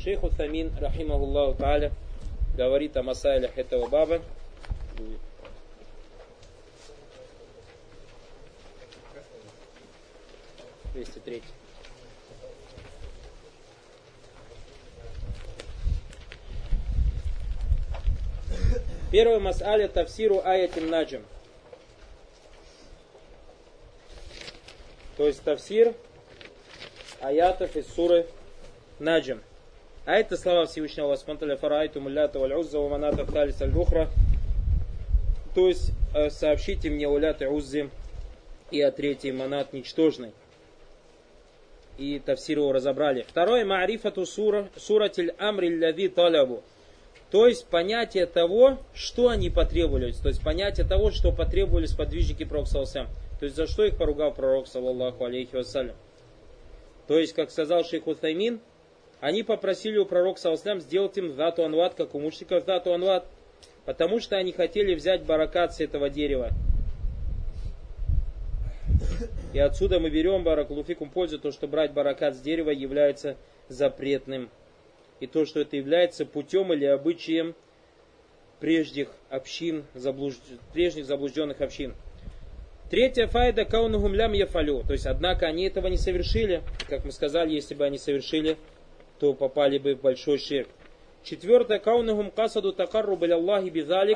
Шейх Утамин, рахимахуллаху тааля, говорит о масайлях этого баба. 203. Первый мас'аля тафсиру аятин наджм. То есть тафсир аятов из суры Наджм. А это слова Всевышнего Аллаха Субхану фарайту мулята валь узза ва маната талис аль-ухра. То есть сообщите мне улят и уззи и о третьей манат ничтожной. И тафсир его разобрали. Второе ма'рифату суратиль амри лади талабу. То есть понятие того, что они потребовали. То есть понятие того, что потребовали сподвижники пророка саллаллаху. То есть за что их поругал пророк саллаллаху алейхи вассалям. То есть, как сказал шейх Утаймин, они попросили у пророка саллаллаху сделать им зату анват, как у мушриков зату анват, потому что они хотели взять баракат с этого дерева. И отсюда мы берем баракулуфикум пользу, то, что брать баракат с дерева является запретным. И то, что это является путем или обычаем прежних общин, прежних заблужденных общин. Третья файда каунухум лям яфалю. То есть, однако, они этого не совершили. Как мы сказали, если бы они совершили, то попали бы в большой ширк. Четвертое. Каунухум касаду такарру биль Аллахи бизалик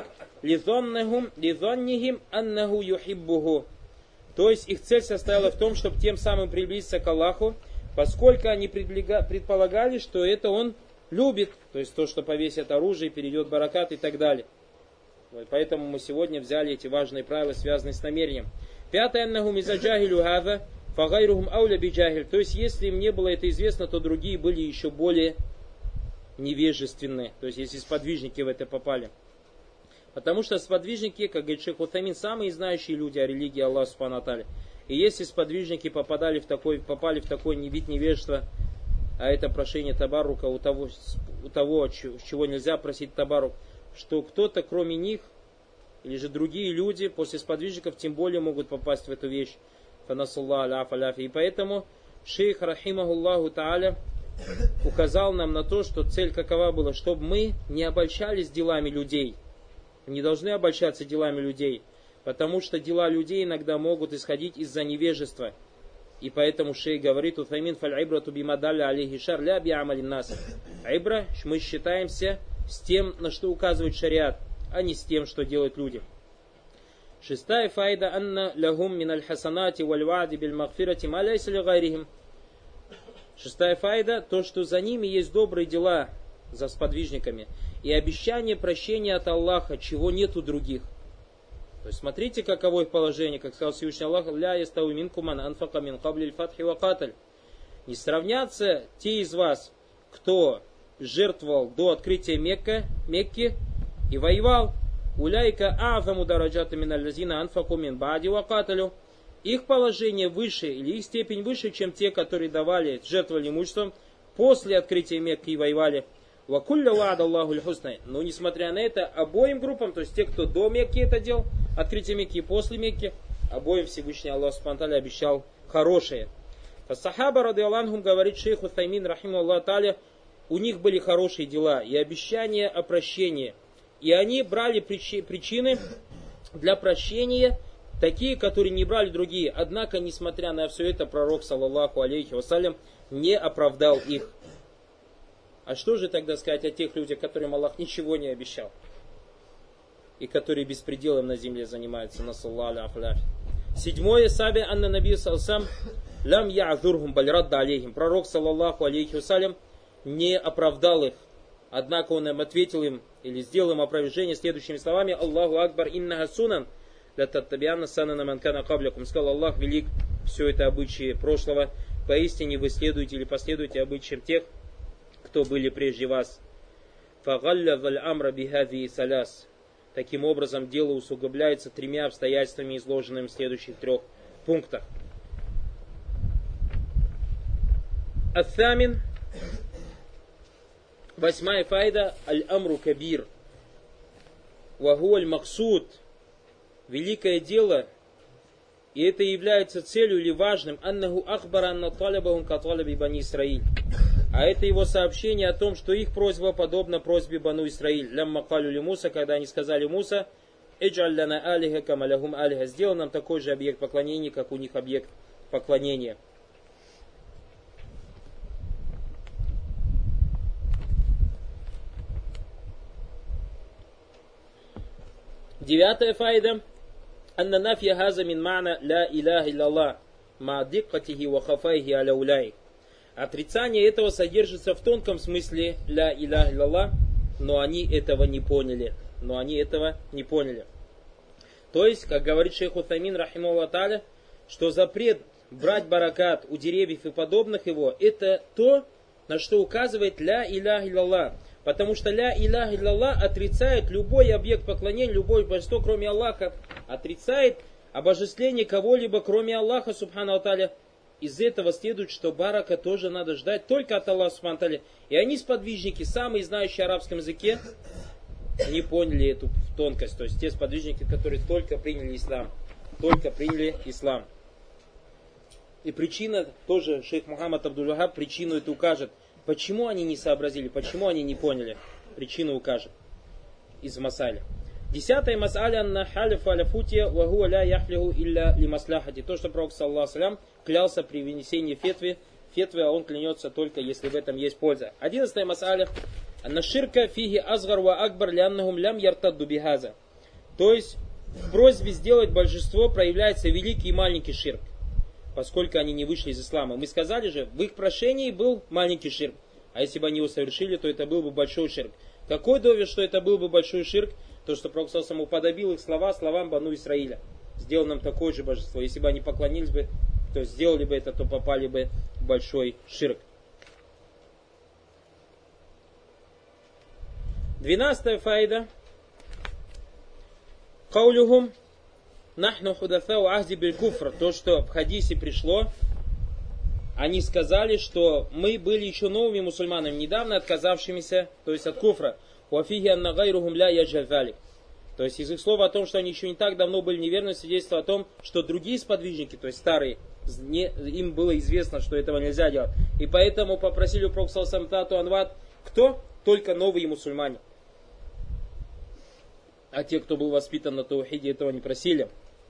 лизаннихим аннаху юхиббуху. То есть, их цель состояла в том, чтобы тем самым приблизиться к Аллаху, поскольку они предполагали, что это он любит. То есть, то, что повесит оружие, перейдет баракат и так далее. Поэтому мы сегодня взяли эти важные правила, связанные с намерением. Пятое. Аннахум изаджахилю хаза фагайрухум ауля биджахиль. То есть, если им не было это известно, то другие были еще более невежественны. То есть, если сподвижники в это попали. Потому что сподвижники, как говорит шейх Утамин, самые знающие люди о религии Аллаха субхану ва тааля. И если сподвижники попали в такой вид невежества, а это прошение табарука у того, чего нельзя просить табарук, что кто-то кроме них, или же другие люди, после сподвижников, тем более могут попасть в эту вещь. И поэтому шейх, рахимахуллаху тааля, указал нам на то, что цель какова была, чтобы мы не обольщались делами людей. Не должны обольщаться делами людей, потому что дела людей иногда могут исходить из-за невежества. И поэтому шейх говорит: «Утамин фаль-ибрату бимадалля алейхи шар ля би'амалин нас». Айбра, мы считаемся с тем, на что указывает шариат, а не с тем, что делают люди. Шестая файда анна лахум миналь хасанати валь ва'ди биль магфирати ма лайса ли гайрихим. Шестая файда, то, что за ними есть добрые дела, за сподвижниками, и обещание прощения от Аллаха, чего нет у других. То есть смотрите, каково их положение, как сказал Всевышний Аллах: «Ля ястауи минкум ман анфака мин каблиль фатхи ва каталь». Не сравнятся те из вас, кто жертвовал до открытия Мекки и воевал. Уляйка а'заму дараджата миналь лазина анфаку мин ба'ди ва каталю. Их положение выше, или их степень выше, чем те, которые жертвовали имуществом после открытия Мекки и воевали. Ва кулля ва'да Аллаху аль-хусна. Но несмотря на это, обоим группам, то есть те, кто до Мекки это делал, открытие Мекки и после Мекки, обоим Всевышний Аллах субхану ва тааля обещал хорошее. Сахаба радийаллаху анхум, говорит шейх Утаймин рахимахуллаху тааля, у них были хорошие дела и обещания о прощении. И они брали причины для прощения, такие, которые не брали другие. Однако, несмотря на все это, пророк, саллаллаху алейхи вассалям, не оправдал их. А что же тогда сказать о тех людях, которым Аллах ничего не обещал? И которые беспределом на земле занимаются. Седьмое. Саби анна наби салсам лям я'зурхум баль радда алейхим. Пророк, саллаллаху алейхи вассалям, не оправдал их. Однако он им ответил им, или сделал им опровержение следующими словами: Аллаху акбар иннаха сунан ля таттабианна санана ман кана каблякум. Сказал: Аллах велик, все это обычаи прошлого. Поистине вы следуете или последуете обычаям тех, кто были прежде вас. Фагаллязаль амра бихази саляс. Таким образом, дело усугубляется тремя обстоятельствами, изложенными в следующих трех пунктах. Ат-тамин. Восьмая файда. Аль-амру кабир. Ваху аль-максуд. Великое дело, и это является целью или важным. Аннаху ахбара анна талабахум ка талаби бани Исраиль. А это его сообщение о том, что их просьба подобна просьбе Бану Исраиль. Лямма калю ли Муса, когда они сказали Муса, «Эджаль ляна алиха камалягум алиха», сделал нам такой же объект поклонения, как у них объект поклонения. Девятая файда. Анна нафья хаза мин ма'на ла илляха илляллах ма диккатихи ва хафайхи аля уляйк. Отрицание этого содержится в тонком смысле ля илляха илляллах, но они этого не поняли. То есть, как говорит шейх Утамин, рахимахуллах тааля, что запрет брать баракат у деревьев и подобных его, это то, на что указывает ля илляха илляллах. Потому что ля илляха илляллах отрицает любой объект поклонения, любое божество, кроме Аллаха. Отрицает обожествление кого-либо, кроме Аллаха, субхану тааля. Из этого следует, что барака тоже надо ждать только от Аллаха, субхану тааля. И они, сподвижники, самые знающие арабском языке, не поняли эту тонкость. То есть те сподвижники, которые только приняли ислам. И причина, тоже шейх Мухаммад Абдуль-Вахаб причину это укажет. Почему они не сообразили, почему они не поняли? Причину укажет из масаля. 10-я масаля на халиф аляфутия вагуа ля яхлиху илля ли масляхати. То, что пророк саллаллаху салям клялся при вынесении фетвы, а он клянется только, если в этом есть польза. 11-я масаля на ширка фиги азгар ва акбар ляннахум лям яртадду бихаза. То есть в просьбе сделать божество проявляется великий и маленький ширк, поскольку они не вышли из ислама. Мы сказали же, в их прошении был маленький ширк. А если бы они его совершили, то это был бы большой ширк. Какой довод, что это был бы большой ширк? То, что Пророк саллаллаху алейхи ва саллям уподобил их слова словам Бану Исраиля. Сделал нам такое же божество. Если бы они поклонились бы, то сделали бы это, то попали бы в большой ширк. 12-я файда. Каулюхум нахну худафау ахди биль куфр. То, что в хадисе пришло, они сказали, что мы были еще новыми мусульманами, недавно отказавшимися, то есть от куфра. Уафиги анна гайрухум ля яджаль. То есть из их слов о том, что они еще не так давно были неверны, свидетельство о том, что другие сподвижники, то есть старые, им было известно, что этого нельзя делать. И поэтому попросили у Пророка саллаллаху алейхи ва саллям тату анват. Кто? Только новые мусульмане. А те, кто был воспитан на таухиде, этого не просили.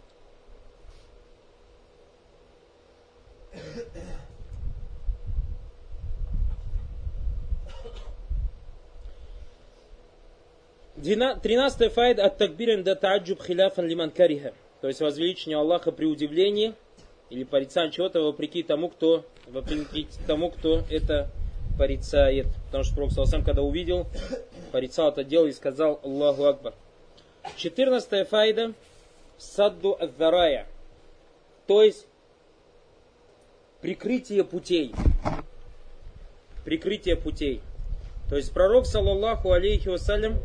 Тринадцатая файда от такбирин да та'аджуб хиляфан лиман кариха. То есть возвеличение Аллаха при удивлении или порицании чего-то вопреки тому, кто это порицает. Потому что Пророк саллаллаху алейхи ва саллям, когда увидел, порицал это дело и сказал Аллаху Акбар. 14-я файда садду ад-дарая. То есть прикрытие путей. То есть пророк саллаллаху алейхи ва саллям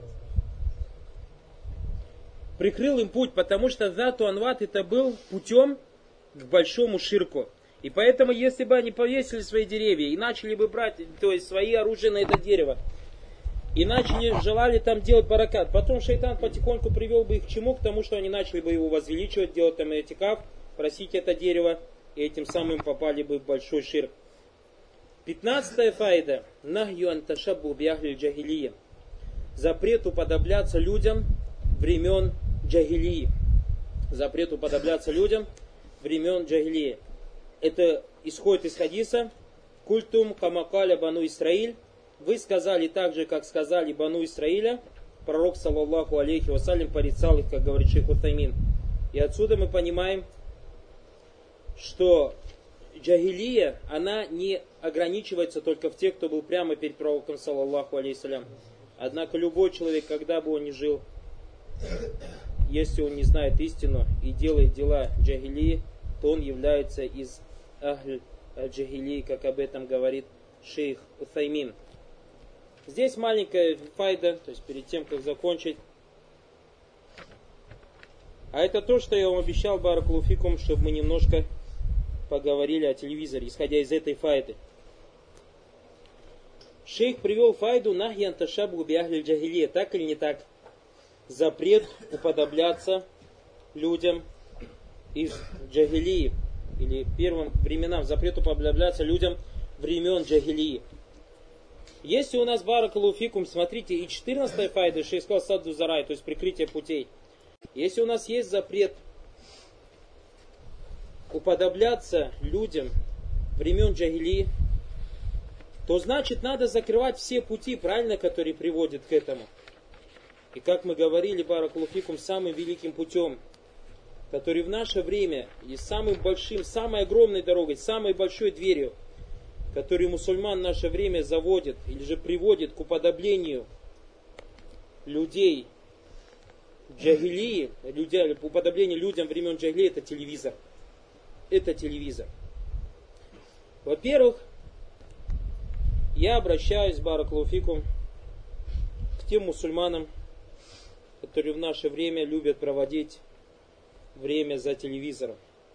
прикрыл им путь, потому что зату анват это был путем к большому ширку. И поэтому, если бы они повесили свои деревья и начали бы брать, то есть свои оружия на это дерево, и начали, желали там делать баракат, потом шайтан потихоньку привел бы их к чему? К тому, что они начали бы его возвеличивать, делать там этикаф, просить это дерево, и этим самым попали бы в большой ширк. 15-я файда. Нахью анташаббу биахлиль джахилия. Запрет уподобляться людям времен джахилии. Это исходит из хадиса. Культум камакаля бану Исраиль. Вы сказали так же, как сказали бану Исраиля. Пророк, саллаллаху алейхи вассалям, порицал их, как говорит шейх Утамин. И отсюда мы понимаем, что джахилия, она не ограничивается только в тех, кто был прямо перед пророком, саллаллаху алейхи вассалям. Однако любой человек, когда бы он ни жил, если он не знает истину и делает дела джахилии, то он является из ахль джахилии, как об этом говорит шейх Утаймин. Здесь маленькая файда, то есть перед тем, как закончить. А это то, что я вам обещал, баракалуфикум, чтобы мы немножко поговорили о телевизоре, исходя из этой файды. Шейх привел файду нахьян ташабу биахлиль джахилия. Так или не так? Запрет уподобляться людям из джахилии. Или первым временам. Запрет уподобляться людям времен джахилии. Если у нас баракалуфикум, смотрите, и 14-я файда, шейх сказал садду зарай, то есть прикрытие путей. Если у нас есть запрет уподобляться людям времен джагилии, то значит надо закрывать все пути, правильно, которые приводят к этому. И как мы говорили, баракалуфикум, самым великим путем, который в наше время и самым большим, самой огромной дорогой, самой большой дверью, который мусульман в наше время заводит или же приводит к уподоблению людей джагилии, уподоблению людям времен джагилии, это телевизор. Это телевизор. Во-первых, я обращаюсь, баракалуфикум, к тем мусульманам, которые в наше время любят проводить время за телевизором.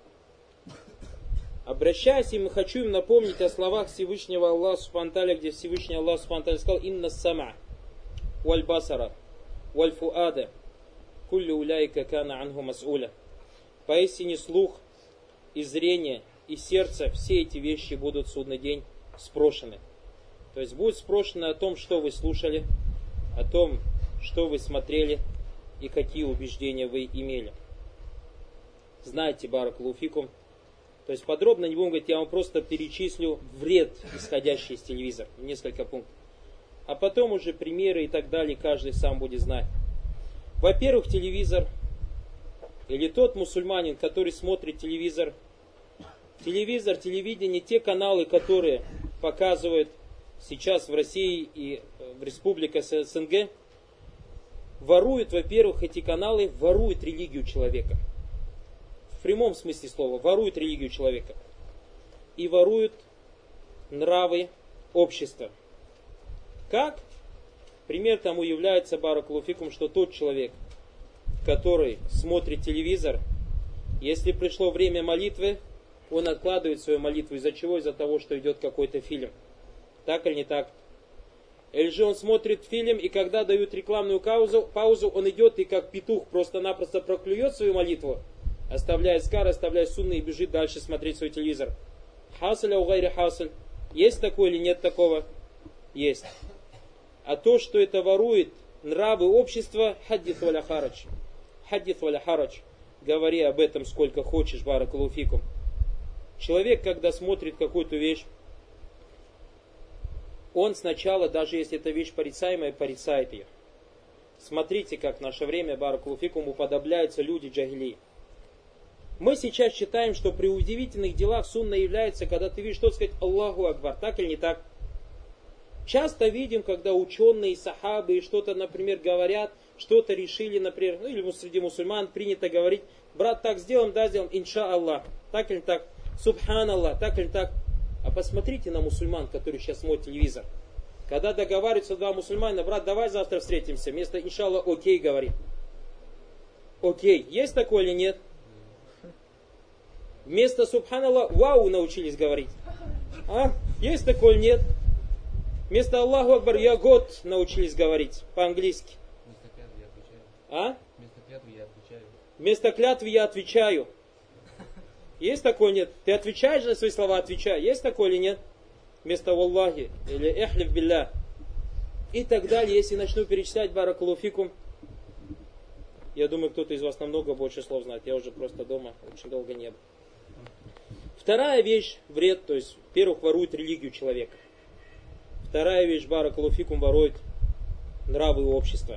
Обращаясь им, хочу им напомнить о словах Всевышнего Аллаха Субхану ва Тааля, где Всевышний Аллах Субхану ва Тааля сказал: «Инна сама, валь басара, валь фуада, куллю уляйка кана анху мас'уля». Поистине слух и зрение и сердце, все эти вещи будут в судный день спрошены. То есть будет спрошено о том, что вы слушали, о том, что вы смотрели и какие убеждения вы имели. Знаете, баракалуфикум. То есть подробно не будем говорить, я вам просто перечислю вред, исходящий из телевизора, несколько пунктов. А потом уже примеры и так далее, каждый сам будет знать. Во-первых, телевизор, или тот мусульманин, который смотрит телевизор, телевидение, те каналы, которые показывают сейчас в России и в республиках СНГ, воруют, во-первых, эти каналы воруют религию человека. В прямом смысле слова, воруют религию человека. И воруют нравы общества. Как? Пример тому является, баракалуфикум, что тот человек, который смотрит телевизор, если пришло время молитвы, он откладывает свою молитву. Из-за чего? Из-за того, что идет какой-то фильм. Так или не так? Или же он смотрит фильм, и когда дают рекламную паузу, он идет и как петух просто-напросто проклюет свою молитву, оставляет скар, оставляет сунны и бежит дальше смотреть свой телевизор. Хасаля угайри хасаль. Есть такое или нет такого? Есть. А то, что это ворует нравы общества, хаддит валя харадж. Хаддит валя харадж. Говори об этом сколько хочешь, баракалуфикум. Человек, когда смотрит какую-то вещь, он сначала, даже если эта вещь порицаемая, порицает ее. Смотрите, как в наше время, баракалуфикум, уподобляются люди джагилии. Мы сейчас считаем, что при удивительных делах сунна является, когда ты видишь что-то сказать Аллаху Акбар, так или не так? Часто видим, когда ученые, сахабы что-то, например, говорят, что-то решили, например, ну или среди мусульман принято говорить: брат, так сделаем, да, сделаем, инша Аллах, так или так, субханаллах, так или так. А посмотрите на мусульман, которые сейчас смотрят телевизор. Когда договариваются два мусульмана: брат, давай завтра встретимся, вместо иншаллах окей говорит. Окей, есть такое или нет? Вместо субханаллах вау научились говорить. А? Есть такое или нет? Вместо Аллаху Акбар я год научились говорить по-английски. А? Вместо клятвы я отвечаю. Есть такое или нет? Ты отвечаешь на свои слова? Отвечай. Есть такое или нет? Вместо валлахи или эхлиф билля. И так далее. Если начну перечислять, баракалуфикум, я думаю, кто-то из вас намного больше слов знает. Я уже просто дома очень долго не был. Вторая вещь, вред, то есть, во-первых, ворует религию человека. Вторая вещь, баракалуфикум, ворует нравы общества.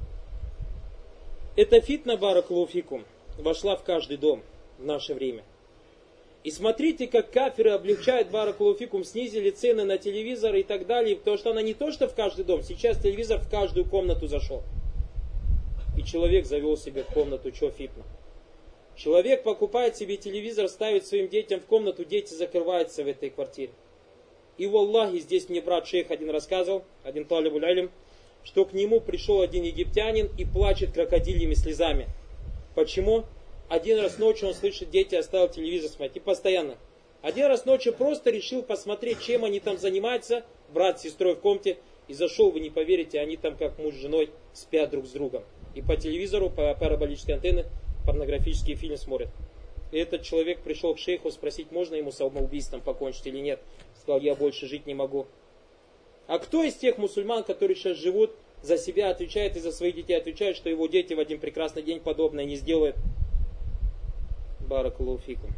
Эта фитна, баракалуфикум, вошла в каждый дом в наше время. И смотрите, как кафиры облегчают, баракалуфикум, снизили цены на телевизор и так далее, потому что она не то, что в каждый дом, сейчас телевизор в каждую комнату зашел. И человек завел себе в комнату, что фитна. Человек покупает себе телевизор, ставит своим детям в комнату, дети закрываются в этой квартире. И валлахи, здесь мне брат шейх один рассказывал, один талибуль илм, что к нему пришел один египтянин и плачет крокодильями слезами. Почему? Один раз ночью он слышит, дети оставил телевизор смотреть. И постоянно. Один раз ночью просто решил посмотреть, чем они там занимаются, брат с сестрой в комнате, и зашел, вы не поверите, они там как муж с женой спят друг с другом. И по телевизору, по параболической антенне порнографические фильмы смотрят. И этот человек пришел к шейху спросить, можно ему самоубийством покончить или нет. Сказал: я больше жить не могу. А кто из тех мусульман, которые сейчас живут, за себя отвечает и за своих детей отвечает, что его дети в один прекрасный день подобное не сделают? Баракаллаху фикум.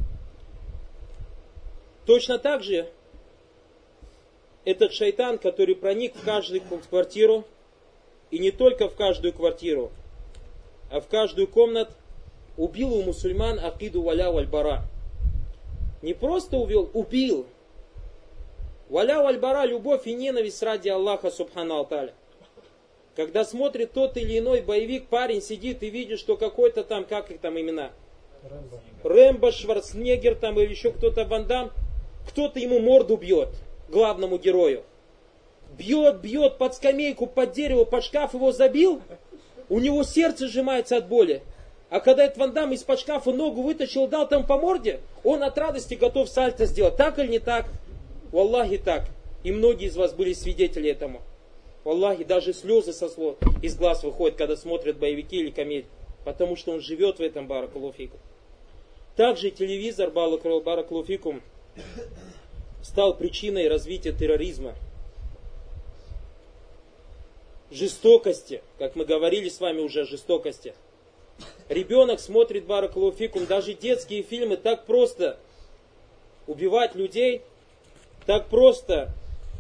Точно так же этот шайтан, который проник в каждую квартиру, и не только в каждую квартиру, а в каждую комнату, убил у мусульман акиду валя валь-бара. Не просто убил. Валя валь-бара, любовь и ненависть ради Аллаха субхану тааля. Когда смотрит тот или иной боевик, парень сидит и видит, что какой-то там, как их там имена? Рэмбо, Шварценеггер там или еще кто-то, Ван Дам, кто-то ему морду бьет, главному герою. Бьет под скамейку, под дерево, под шкаф, его забил, у него сердце сжимается от боли. А когда этот Ван Дам из-под шкафа ногу вытащил, дал там по морде, он от радости готов сальто сделать. Так или не так? Валлахи так. И многие из вас были свидетели этому. Валлахи, даже слезы из глаз выходят, когда смотрят боевики или комедии. Потому что он живет в этом, баракаллаху фикум. Также телевизор, баракаллаху фикум, стал причиной развития терроризма. Жестокости. Как мы говорили с вами уже о жестокости. Ребенок смотрит, баракаллаху фикум, даже детские фильмы, так просто убивать людей, так просто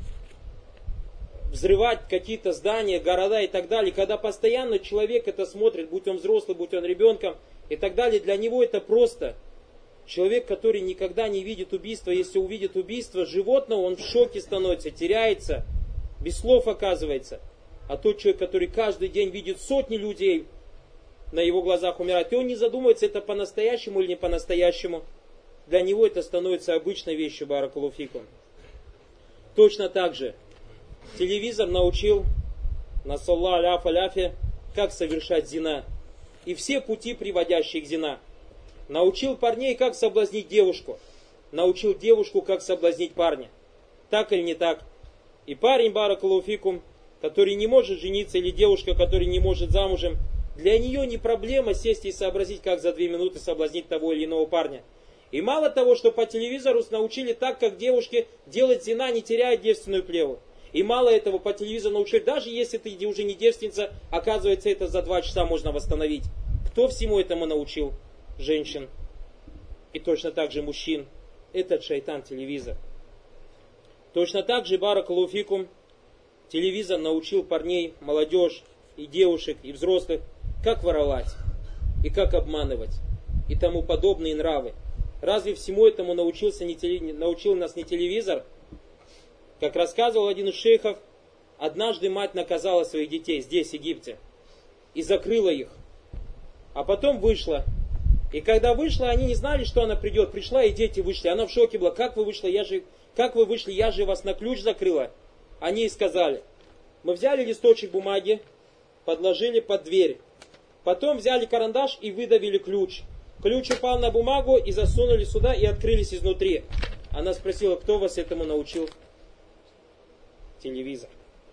взрывать какие-то здания, города и так далее. Когда постоянно человек это смотрит, будь он взрослый, будь он ребенком и так далее, для него это просто. Человек, который никогда не видит убийства, если увидит убийство животного, он в шоке становится, теряется, без слов оказывается. А тот человек, который каждый день видит сотни людей, на его глазах умирает, и он не задумывается, это по-настоящему или не по-настоящему. Для него это становится обычной вещью, баракаллаху фикум. Точно так же телевизор научил, насалла аляф аляфе, как совершать зина. И все пути, приводящие к зина. Научил парней, как соблазнить девушку. Научил девушку, как соблазнить парня. Так или не так? И парень, баракаллаху фикум, который не может жениться, или девушка, которая не может замужем, для нее не проблема сесть и сообразить, как за 2 минуты соблазнить того или иного парня. И мало того, что по телевизору научили так, как девушке делать зина, не теряя девственную плеву. И мало этого, по телевизору научили, даже если ты уже не девственница, оказывается, это за 2 часа можно восстановить. Кто всему этому научил? Женщин. И точно так же мужчин. Этот шайтан телевизор. Точно так же, баракаллаху фикум, телевизор научил парней, молодежь, и девушек, и взрослых, как воровать, и как обманывать, и тому подобные нравы. Разве всему этому научил нас не телевизор? Как рассказывал один из шейхов, однажды мать наказала своих детей здесь, в Египте, и закрыла их. А потом вышла. И когда вышла, они не знали, что она придет. Пришла, и дети вышли. Она в шоке была. Как вы вышли? Я же вас на ключ закрыла. Они ей сказали. Мы взяли листочек бумаги, подложили под дверь. Потом взяли карандаш и выдавили ключ. Ключ упал на бумагу и засунули сюда и открылись изнутри. Она спросила, кто вас этому научил? Телевизор.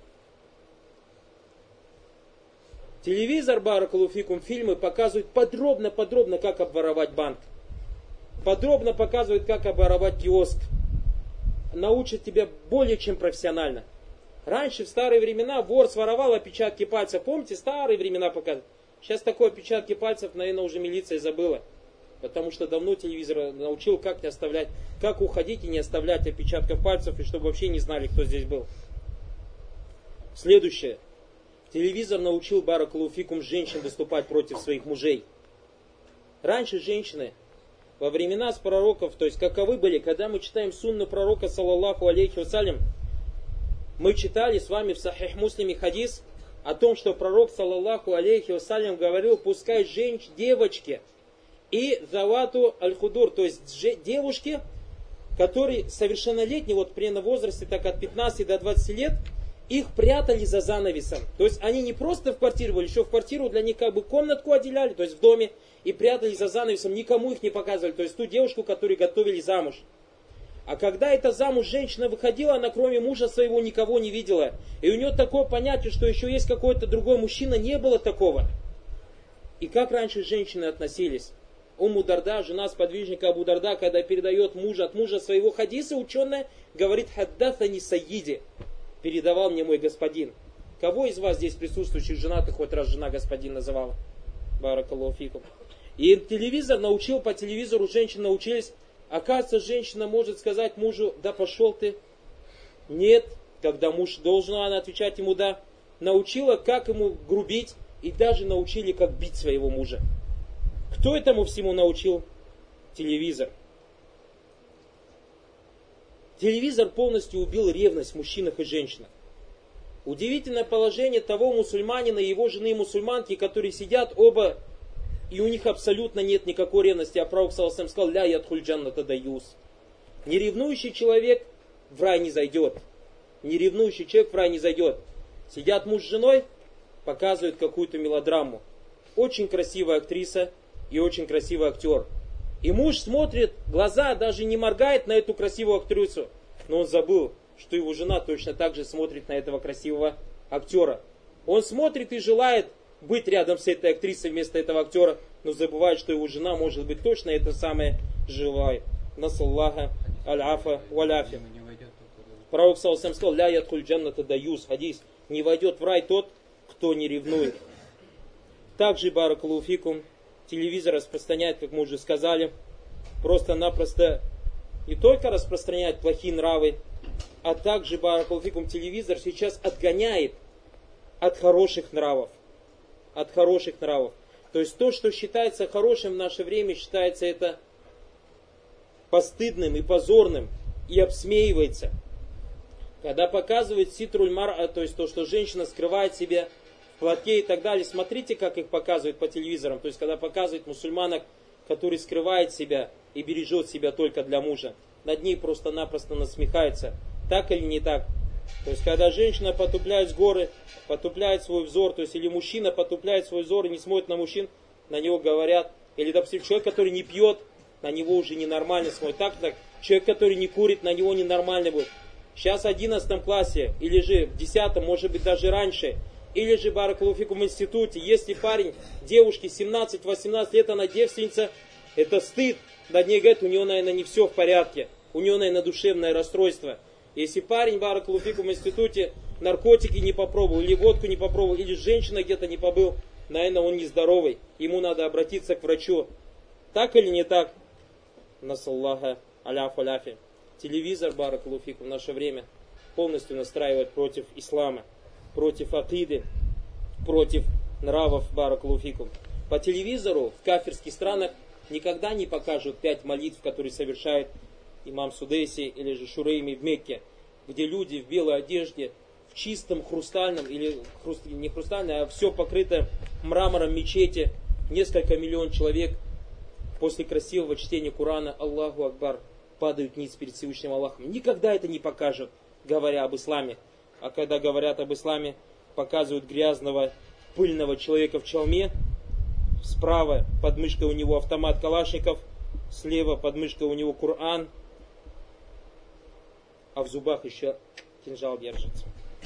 Телевизор, баракаллаху фикум, фильмы показывают подробно, как обворовать банк. Подробно показывают, как обворовать киоск. Научат тебя более чем профессионально. Раньше, в старые времена, вор своровал отпечатки пальцев. Помните, старые времена показывают? Сейчас такой отпечатки пальцев, наверное, уже милиция забыла. Потому что давно телевизор научил, как не оставлять, как уходить и не оставлять отпечатков пальцев, и чтобы вообще не знали, кто здесь был. Следующее. Телевизор научил, баракаллаху фикум, женщин выступать против своих мужей. Раньше женщины, во времена с пророков, то есть каковы были, когда мы читаем сунну пророка, саллаллаху алейхи вассалям, мы читали с вами в Сахих Муслиме хадис о том, что пророк, саллаллаху алейхи вассалям, говорил, пускай девочки и завату аль-худур, то есть девушки, которые совершеннолетние, вот примерно в возрасте так от 15 до 20 лет, их прятали за занавесом. То есть они не просто в квартиру были, еще в квартиру для них как бы комнатку отделяли, то есть в доме, и прятали за занавесом, никому их не показывали. То есть ту девушку, которую готовили замуж. А когда эта замуж женщина выходила, она кроме мужа своего никого не видела. И у нее такое понятие, что еще есть какой-то другой мужчина, не было такого. И как раньше женщины относились? Умму Дарда, жена сподвижника Абу Дарда, когда передает от мужа своего хадиса, ученая говорит: «Хаддатани сайиди». передавал мне мой господин. Кого из вас здесь присутствующих женатых хоть раз жена господин называла? Баракаллаху фикум. И телевизор научил, по телевизору женщины научились. Оказывается, женщина может сказать мужу: да пошел ты. Нет, когда муж должен, она отвечать ему да. Научила, как ему грубить, и даже научили, как бить своего мужа. Кто этому всему научил? Телевизор. Телевизор полностью убил ревность в мужчинах и женщинах. Удивительное положение того мусульманина и его жены мусульманки, которые сидят оба, и у них абсолютно нет никакой ревности. А пророк саллаллаху алейхи ва саллям сказал: ля ядхуль джанната даюс. Неревнующий человек в рай не зайдет. Неревнующий человек в рай не зайдет. Сидят муж с женой, показывают какую-то мелодраму. Очень красивая актриса и очень красивый актер. И муж смотрит, глаза даже не моргает на эту красивую актрису. Но он забыл, что его жена точно так же смотрит на этого красивого актера. Он смотрит и желает быть рядом с этой актрисой вместо этого актера, но забывает, что его жена может быть точно это самое живая. Насаллаха аль-афа валяфи. Пророк саллаллаху алейхи ва саллям сказал: ля ядхуль джанната даюс. Хадис: не войдет в рай тот, кто не ревнует. Также, баракаллаху фикум, телевизор распространяет, как мы уже сказали, просто-напросто не только распространяет плохие нравы, а также, баракаллаху фикум, телевизор сейчас отгоняет от хороших нравов. От хороших нравов. То есть то, что считается хорошим в наше время, считается это постыдным и позорным, и обсмеивается. Когда показывают ситруль мар'а, то есть то, что женщина скрывает себя в платке и так далее, смотрите, как их показывают по телевизорам. То есть когда показывают мусульманок, который скрывает себя и бережет себя только для мужа, над ней просто-напросто насмехается. Так или не так? То есть когда женщина потупляет с горы, потупляет свой взор, то есть или мужчина потупляет свой взор и не смотрит на мужчин, на него говорят, или, допустим, человек, который не пьет, на него уже ненормально смотрит. Так, человек, который не курит, на него ненормально будет. Сейчас в 11 классе, или же в 10, может быть даже раньше, или же, баракаллаху фикум, в институте, если парень, девушке 17-18 лет, она девственница, это стыд. Над ней говорят, у него, наверное, не все в порядке, у него, наверное, душевное расстройство. Если парень, баракаллаху фикум, в институте наркотики не попробовал, или водку не попробовал, или женщина где-то не побыл, наверное, он нездоровый, ему надо обратиться к врачу. Так или не так? Насаллаха аляфу аляфи. Телевизор, баракаллаху фикум, в наше время полностью настраивает против ислама, против акиды, против нравов, баракаллаху фикум. По телевизору в кафирских странах никогда не покажут 5 молитв, которые совершает имам Судейси или же Шурейми в Мекке, где люди в белой одежде, в чистом хрустальном, или не хрустальном, а все покрыто мрамором мечети, несколько миллионов человек после красивого чтения Корана Аллаху Акбар падают ниц перед Всевышним Аллахом. Никогда это не покажут, говоря об исламе. А когда говорят об исламе, показывают грязного, пыльного человека в чалме. Справа под мышкой у него автомат калашников, слева под мышкой у него Коран, а в зубах еще кинжал держится.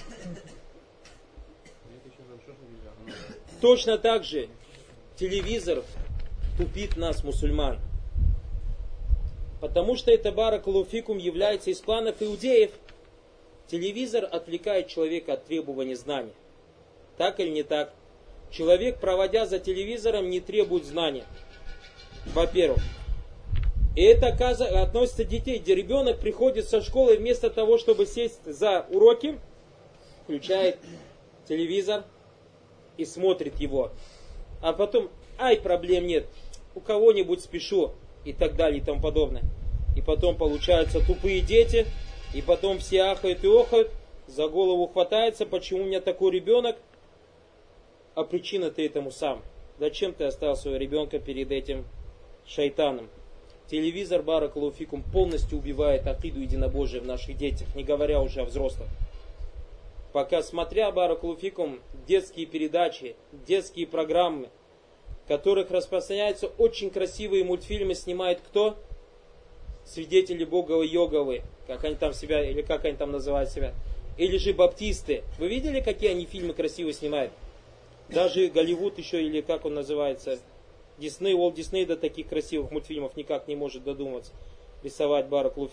Точно так же телевизор тупит нас, мусульман. Потому что это, баракаллаху фикум, является из кланов иудеев. Телевизор отвлекает человека от требования знаний. Так или не так? Человек, проводя за телевизором, не требует знания. Во-первых. И это относится к детей, где ребенок приходит со школы, и вместо того, чтобы сесть за уроки, включает телевизор и смотрит его. А потом, проблем нет, у кого-нибудь спешу, и так далее, и тому подобное. И потом получаются тупые дети, и потом все ахают и охают, за голову хватается, почему у меня такой ребенок, а причина ты этому сам. Зачем ты оставил своего ребенка перед этим шайтаном? Телевизор, баракаллаху фикум, полностью убивает акиду единобожия в наших детях, не говоря уже о взрослых. Пока, смотря, баракаллаху фикум, детские передачи, детские программы, в которых распространяются очень красивые мультфильмы, снимает кто? Свидетели Боговы Йоговы, как они там себя, или как они там называют себя. Или же баптисты. Вы видели, какие они фильмы красивые снимают? Даже Голливуд еще, или как он называется, Дисней, Уолт Дисней до таких красивых мультфильмов никак не может додуматься рисовать, баракаллаху фикум.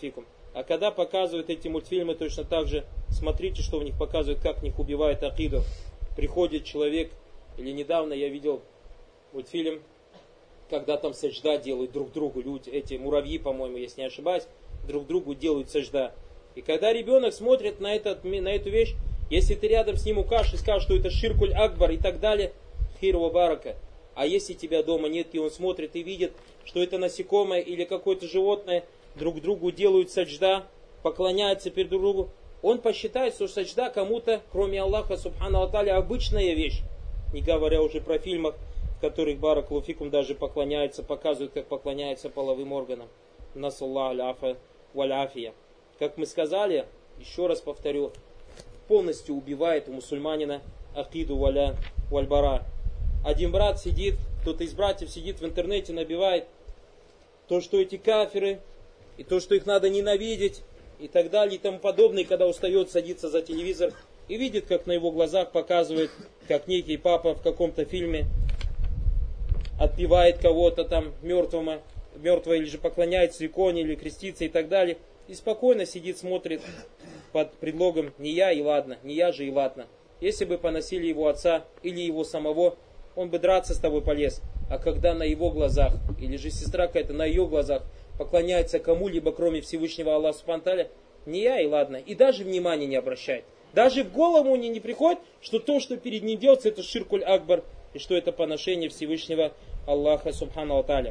А когда показывают эти мультфильмы, точно так же смотрите, что в них показывают, как в них убивают акиду. Приходит человек, или недавно я видел мультфильм, когда там саджда делают друг другу, люди, эти муравьи, по-моему, если не ошибаюсь, друг другу делают саджда. И когда ребенок смотрит на эту вещь, если ты рядом с ним укажешь и скажешь, что это ширкуль акбар и так далее, хир ва барака. А если тебя дома нет, и он смотрит и видит, что это насекомое или какое-то животное, друг другу делают саджда, поклоняются перед друг другу, он посчитает, что саджда кому-то, кроме Аллаха, субхану аталя, обычная вещь. Не говоря уже про фильмах, в которых баракаллаху фикум даже поклоняются, показывают, как поклоняются половым органам. Насаллаху аляфа валяфия. Как мы сказали, еще раз повторю, полностью убивает у мусульманина акиду вальбара. Один брат сидит, кто-то из братьев сидит в интернете, набивает то, что эти кафиры, и то, что их надо ненавидеть, и так далее, и тому подобное. И когда устает, садится за телевизор и видит, как на его глазах показывает, как некий папа в каком-то фильме отпевает кого-то там мертвого, или же поклоняется иконе, или крестится и так далее. И спокойно сидит, смотрит под предлогом «не я и ладно, не я же и ладно». Если бы поносили его отца или его самого, он бы драться с тобой полез. А когда на его глазах, или же сестра какая-то на ее глазах поклоняется кому-либо, кроме Всевышнего Аллаха субхану тааля, не я и ладно. И даже внимания не обращает. Даже в голову мне не приходит, что то, что перед ним делается, это ширкуль акбар, и что это поношение Всевышнего Аллаха субхану тааля.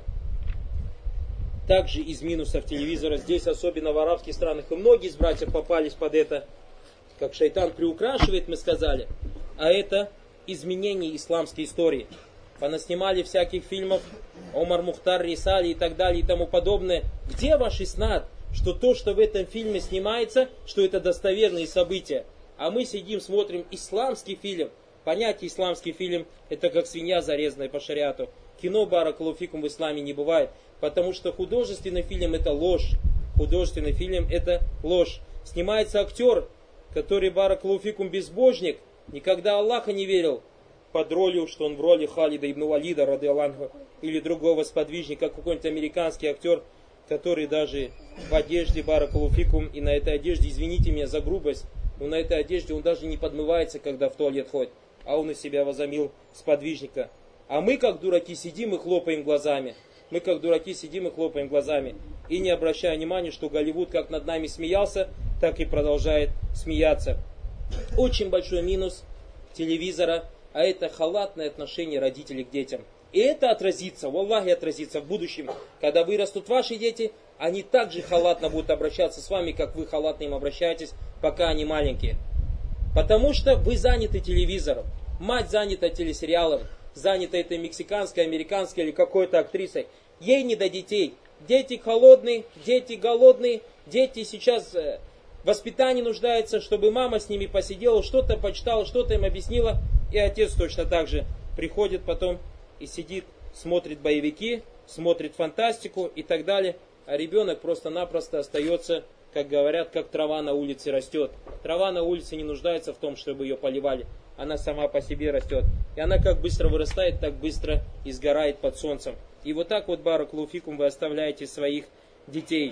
Также из минусов телевизора, здесь особенно в арабских странах, и многие из братьев попались под это, как шайтан приукрашивает, мы сказали, а это изменение исламской истории. Понаснимали всяких фильмов, Омар Мухтар, Рисали и так далее и тому подобное. Где ваш иснад, что то, что в этом фильме снимается, что это достоверные события? А мы сидим, смотрим исламский фильм. Понятие исламский фильм, это как свинья, зарезанная по шариату. Кино баракаллаху фикум в исламе не бывает, потому что художественный фильм это ложь. Художественный фильм это ложь. Снимается актер, который баракаллаху фикум безбожник, никогда Аллаха не верил, под ролью, что он в роли Халида ибн Валида, радиаллаху, или другого сподвижника, какой-нибудь американский актер, который даже в одежде баракаллаху фикум, и на этой одежде, извините меня за грубость, но на этой одежде он даже не подмывается, когда в туалет ходит, а он из себя возомнил сподвижника. А мы, как дураки, сидим и хлопаем глазами. Мы, как дураки, сидим и хлопаем глазами. И не обращая внимания, что Голливуд как над нами смеялся, так и продолжает смеяться. Очень большой минус телевизора, а это халатное отношение родителей к детям. И это отразится, валлахи отразится в будущем. Когда вырастут ваши дети, они также халатно будут обращаться с вами, как вы халатно им обращаетесь, пока они маленькие. Потому что вы заняты телевизором. Мать занята телесериалом, занята этой мексиканской, американской или какой-то актрисой. Ей не до детей. Дети холодные, дети голодные, дети сейчас в воспитании нуждаются, чтобы мама с ними посидела, что-то почитала, что-то им объяснила. И отец точно так же приходит потом и сидит, смотрит боевики, смотрит фантастику и так далее. А ребенок просто-напросто остается, как говорят, как трава на улице растет. Трава на улице не нуждается в том, чтобы ее поливали. Она сама по себе растет. И она как быстро вырастает, так быстро и сгорает под солнцем. И вот так вот, баракаллаху фикум, вы оставляете своих детей.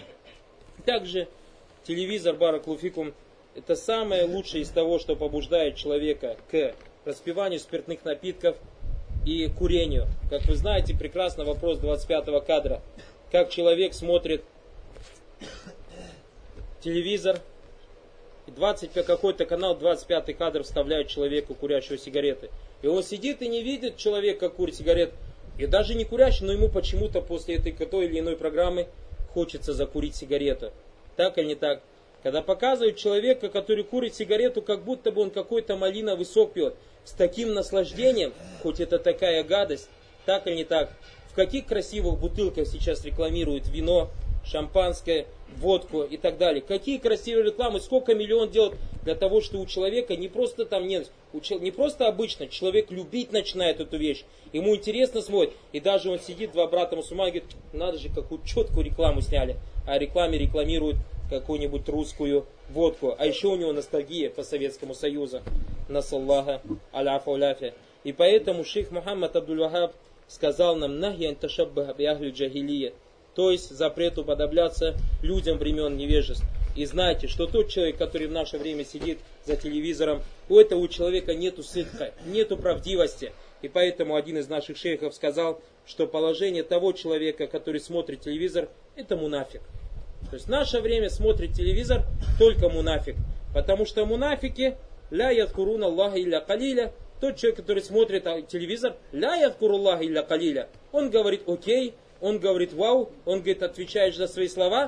Также телевизор, баракаллаху фикум, это самое лучшее из того, что побуждает человека к распиванию спиртных напитков и курению. Как вы знаете, прекрасно вопрос 25-го кадра. Как человек смотрит телевизор, и какой-то канал, 25-й кадр вставляет человеку, курящего сигареты. И он сидит и не видит человека, как курит сигарет. И даже не курящий, но ему почему-то после той или иной программы хочется закурить сигарету. Так или не так? Когда показывают человека, который курит сигарету, как будто бы он какой-то малиновый сок пьет, с таким наслаждением, хоть это такая гадость, так или не так? В каких красивых бутылках сейчас рекламируют вино, шампанское, водку и так далее. Какие красивые рекламы, сколько миллион делают для того, что у человека не просто там нет, не просто обычно, человек любить начинает эту вещь. Ему интересно смотреть. И даже он сидит, два брата мусульмане, говорит, надо же, какую четкую рекламу сняли. А рекламе рекламируют какую-нибудь русскую водку. А еще у него ностальгия по Советскому Союзу. Насаллаха аляфа уляфя. И поэтому шейх Мухаммад Абдуль-Вахаб сказал нам нахи ан ташаббаха би ахли джахилия. То есть запрет уподобляться людям времен невежества. И знайте, что тот человек, который в наше время сидит за телевизором, у этого человека нету сидка, нету правдивости. И поэтому один из наших шейхов сказал, что положение того человека, который смотрит телевизор, это мунафик. То есть в наше время смотрит телевизор только мунафик. Потому что мунафики, ля ядкуруна Аллаха илля калиля, тот человек, который смотрит телевизор, ля ядкуру Аллаха илля калиля, он говорит окей, он говорит вау, он говорит отвечаешь за свои слова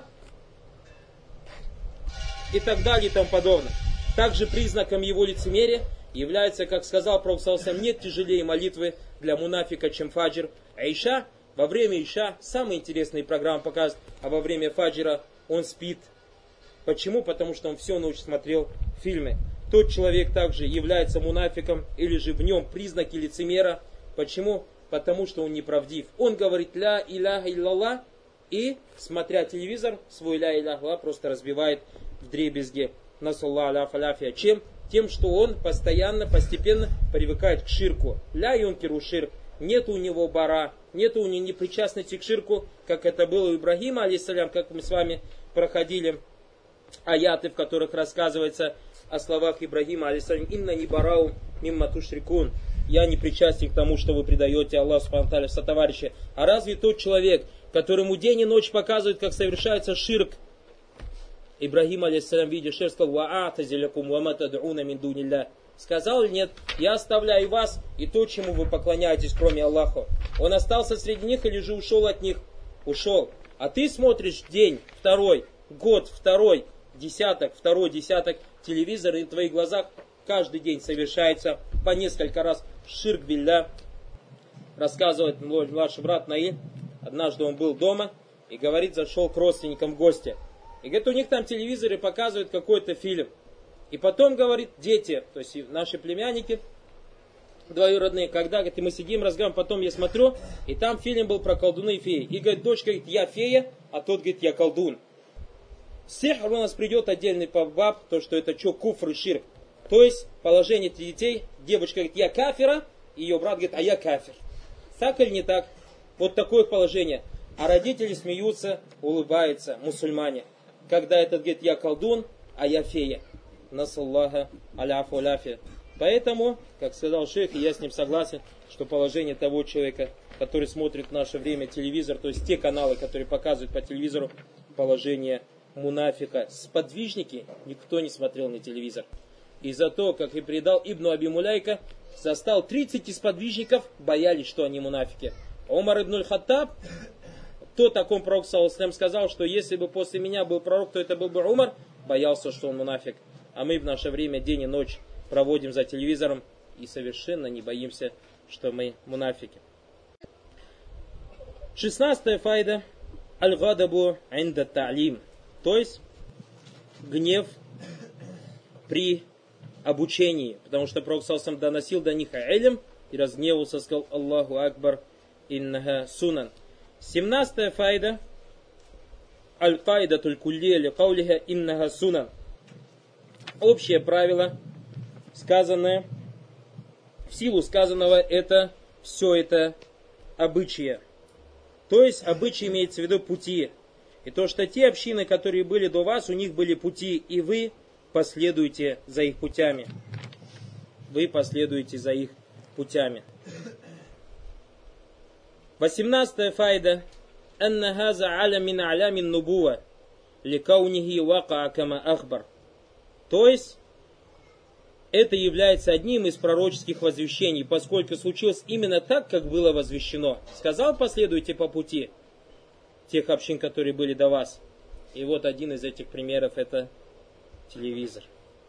и так далее и тому подобное. Также признаком его лицемерия является, как сказал Пророк саллаллаху алейхи ва саллям, нет тяжелее молитвы для мунафика, чем фаджр. А Иша, во время Иша, самые интересные программы показывают, а во время фаджра он спит. Почему? Потому что он всю ночь смотрел фильмы. Тот человек также является мунафиком, или же в нем признаки лицемера. Почему? Потому что он неправдив. Он говорит ля иляха иллаллах и, смотря телевизор, свой ля иляха иллаллах просто разбивает вдребезги. Насаллаху аляфа аляфия. Чем? Тем, что он постоянно, постепенно привыкает к ширку. Ля юнкиру ширк. Нет у него бара, нет у него непричастности к ширку, как это было у Ибрагима, алейхиссалям, как мы с вами проходили аяты, в которых рассказывается о словах Ибрагима, алейхиссалям, «Инна не барау мимма тушрикун». Я не причастен к тому, что вы предаете Аллаху субхану ва тааля сотоварища. А разве тот человек, которому день и ночь показывают, как совершается ширк, Ибрагим, алейхиссалям, видя ширк, сказал: «Ва'атазилякум ва ма тад'уна мин дунилля». Сказал ли нет? Я оставляю вас и то, чему вы поклоняетесь, кроме Аллаха. Он остался среди них или же ушел от них? Ушел. А ты смотришь день, второй, год, второй, второй десяток телевизора, и в твоих глазах каждый день совершается по несколько раз ширк билля. Рассказывает мой младший брат Наиль. Однажды он был дома и говорит, зашел к родственникам в гости. И говорит, у них там телевизоры показывают какой-то фильм. И потом, говорит, дети, то есть наши племянники двоюродные, когда, говорит, мы сидим, разговариваем, потом я смотрю, и там фильм был про колдуны и феи. И, говорит, дочка говорит, я фея, а тот, говорит, я колдун. Сихр у нас придет отдельный баб, то, что это что, куфр и ширк. То есть, положение детей, девочка говорит, я кафира, и ее брат говорит, а я кафир. Так или не так? Вот такое положение. А родители смеются, улыбаются, мусульмане. Когда этот говорит, я колдун, а я фея. Насаллаха аляфу аляфи. Поэтому, как сказал шейх, и я с ним согласен, что положение того человека, который смотрит в наше время телевизор, то есть те каналы, которые показывают по телевизору, положение мунафика. Сподвижники никто не смотрел на телевизор. И зато, как и предал Ибн Аби Муляйка, застал 30 сподвижников, боялись, что они мунафики. Умар ибн аль-Хаттаб, то таком пророк саллаллаху алейхи ва саллям сказал, что если бы после меня был пророк, то это был бы Умар, боялся, что он мунафик. А мы в наше время день и ночь проводим за телевизором и совершенно не боимся, что мы мунафики. 16-я файда. Аль-гадабу инда та'лим. То есть гнев при обучении. Потому что пророк саллаллаху алейхи ва саллям доносил до них илм и разгневался, сказал Аллаху Акбар иннаха сунан. 17-я файда. Аль-кайдатуль куллия ли каулиха иннаха сунан. Общее правило, сказанное, в силу сказанного, это все это обычаи. То есть обычаи имеется в виду пути. И то, что те общины, которые были до вас, у них были пути, и вы последуете за их путями. Вы последуете за их путями. 18-я файда. Анна хаза аля мин алямин нубуа ликаунихи вака кама ахбар. То есть, это является одним из пророческих возвещений, поскольку случилось именно так, как было возвещено. Сказал, последуйте по пути тех общин, которые были до вас. И вот один из этих примеров это телевизор.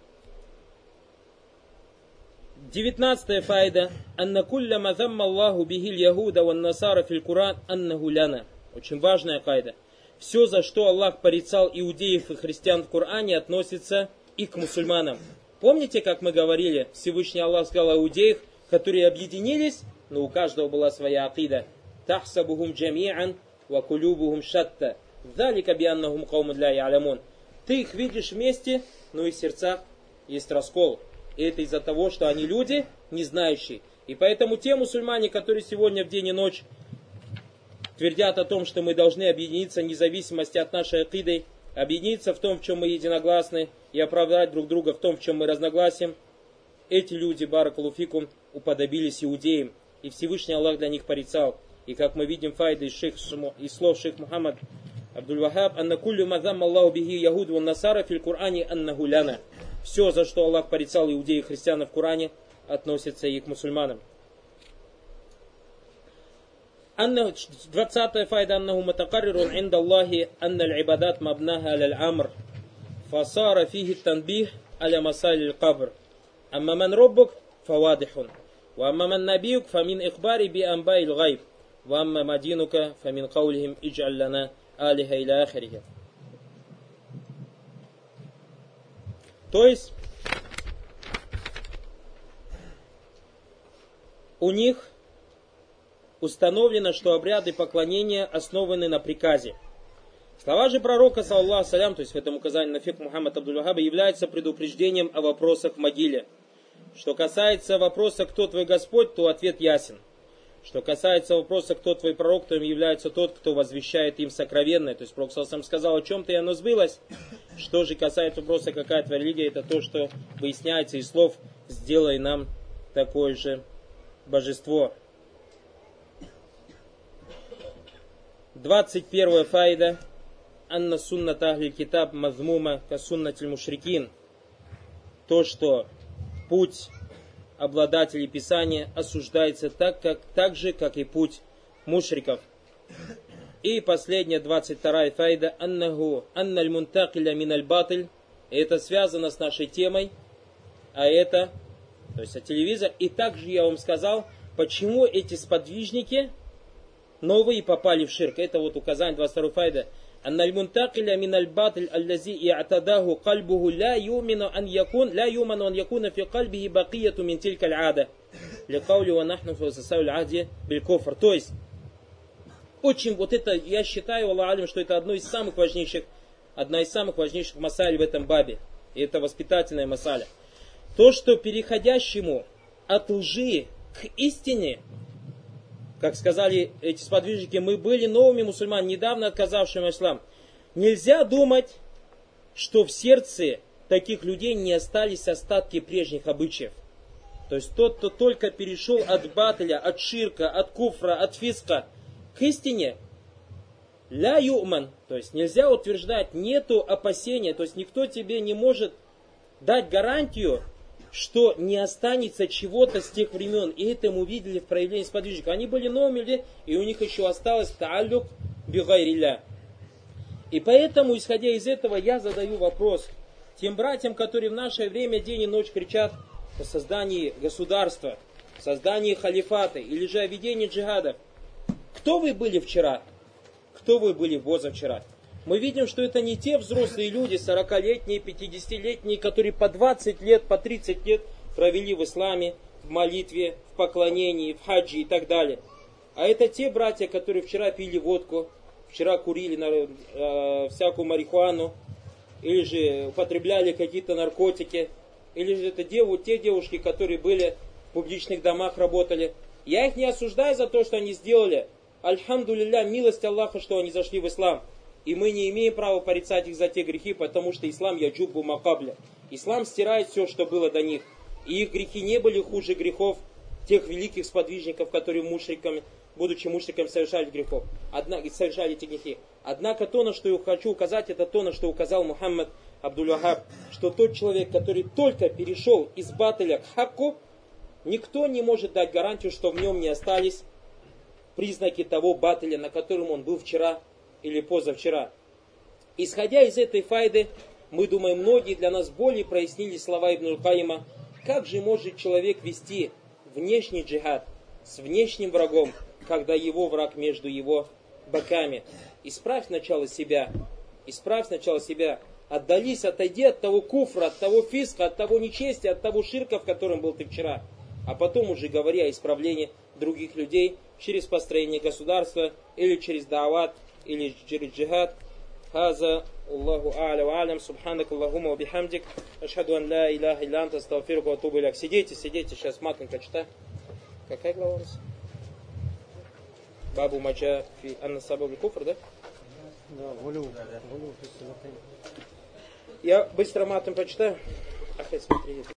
19-я файда. Анна кулля мазамма Аллаху бихил яхуда ван насара фил Куран аннаху ляна. Очень важная кайда. Все, за что Аллах порицал иудеев и христиан в Коране, относится и к мусульманам. Помните, как мы говорили, Всевышний Аллах сказал о иудеях, которые объединились, но у каждого была своя акида. Тахсабухум джами'ан ва кулюбухум шатта. Залика бианнахум каумун ля я'лямун. Ты их видишь вместе, но и в сердцах есть раскол. И это из-за того, что они люди, не знающие. И поэтому те мусульмане, которые сегодня в день и ночь твердят о том, что мы должны объединиться вне зависимости от нашей акиды, объединиться в том, в чем мы единогласны, и оправдать друг друга в том, в чем мы разногласим. Эти люди, баракаллаху фикум, уподобились иудеям, и Всевышний Аллах для них порицал. И как мы видим файды из слов шейх Мухаммад Абдуль-Вахаб, «Анна куллю мазам Аллаху бихи ягуд ван насара фил Кур'ане аннаху ляна». Все, за что Аллах порицал иудеев и христиан в Коране, относится и к мусульманам. 20-я файда, аннаху матакаррирун инда Аллахи анна аль-ибадат мабнаха аль-амр фасара фихи танбих аля масаль аль-кабр. Амма ман роббук фавадихун. Ва амма ман набиюк фамин ихбари би амбай аль-гайб. Ва амма мадинука фамин каулихим идж'аль лана алиха иля ахирихи. То есть, у них установлено, что обряды поклонения основаны на приказе. Слова же пророка, саллаллаху салям, то есть в этом указании на фикх Мухаммад Абдуль-Вахаба, являются предупреждением о вопросах в могиле. Что касается вопроса, кто твой Господь, то ответ ясен. Что касается вопроса, кто твой пророк, то им является тот, кто возвещает им сокровенное. То есть пророк сам сказал о чем-то, и оно сбылось. Что же касается вопроса, какая твоя религия, это то, что выясняется из слов «сделай нам такое же божество». 21 файда. Анна суннат ахли китаб мазмума ка суннатиль мушрикин. То, что путь обладателей Писания осуждается так же, как и путь мушриков. И последняя, 22 файда. Аннаху анналь мунтакиля миналь батыль. Это связано с нашей темой. А это, то есть телевизор. И также я вам сказал, почему эти сподвижники новые попали в ширк. Это вот указание 22 файда. Анналь мунтакиля миналь батыль аллази и'атадаху кальбуху ля юману ан якуна фи кальбихи бакияту мин тилькаль ада. Ликаули ва нахну фасасавль ади биль кофр. То есть, очень вот это, я считаю, Аллах алим, что это одна из самых важнейших масаль в этом бабе. И это воспитательная масаля. То, что переходящему от лжи к истине, как сказали эти сподвижники, мы были новыми мусульманами, недавно отказавшими ислам. Нельзя думать, что в сердце таких людей не остались остатки прежних обычаев. То есть тот, кто только перешел от батля, от ширка, от куфра, от фиска к истине, ля юман, то есть нельзя утверждать, нету опасения, то есть никто тебе не может дать гарантию, что не останется чего-то с тех времен. И это мы увидели в проявлении сподвижников. Они были новыми людьми, и у них еще осталось тааллюк бигайрилля. И поэтому, исходя из этого, я задаю вопрос тем братьям, которые в наше время день и ночь кричат о создании государства, создании халифата или же о ведении джихада. Кто вы были вчера? Кто вы были позавчера? Мы видим, что это не те взрослые люди, 40-летние, 50-летние, которые по 20 лет, по 30 лет провели в исламе, в молитве, в поклонении, в хаджи и так далее. А это те братья, которые вчера пили водку, вчера курили всякую марихуану, или же употребляли какие-то наркотики, или же это те девушки, которые были в публичных домах, работали. Я их не осуждаю за то, что они сделали. Альхамдулилля, милость Аллаха, что они зашли в ислам. И мы не имеем права порицать их за те грехи, потому что ислам яджуббу макабля. Ислам стирает все, что было до них. И их грехи не были хуже грехов тех великих сподвижников, которые будучи мушриками, совершали грехов. Совершали эти грехи. Однако то, на что я хочу указать, это то, на что указал Мухаммад Абдуль-Вахаб, что тот человек, который только перешел из батыля к хакку, никто не может дать гарантию, что в нем не остались признаки того батыля, на котором он был вчера или позавчера. Исходя из этой файды, мы думаем, многие для нас более прояснили слова Ибн Аль-Каима, как же может человек вести внешний джихад с внешним врагом, когда его враг между его боками. Исправь сначала себя. Отдались, отойди от того куфра, от того фиска, от того нечестия, от того ширка, в котором был ты вчера. А потом уже говори о исправлении других людей через построение государства, или через даават, или через джихад. Хаза Аллаху а'ля ва алям, субханак Аллахума ва бихамдик, ашхаду ан ла илляха илля анта, астагфирука ва атубу иляйк. Сидите, сейчас матенько читай. Какая глава у нас? Бабу маджа фи анна сабаб аль-куфр, да? Я быстро матом прочитаю. Ахай, смотри.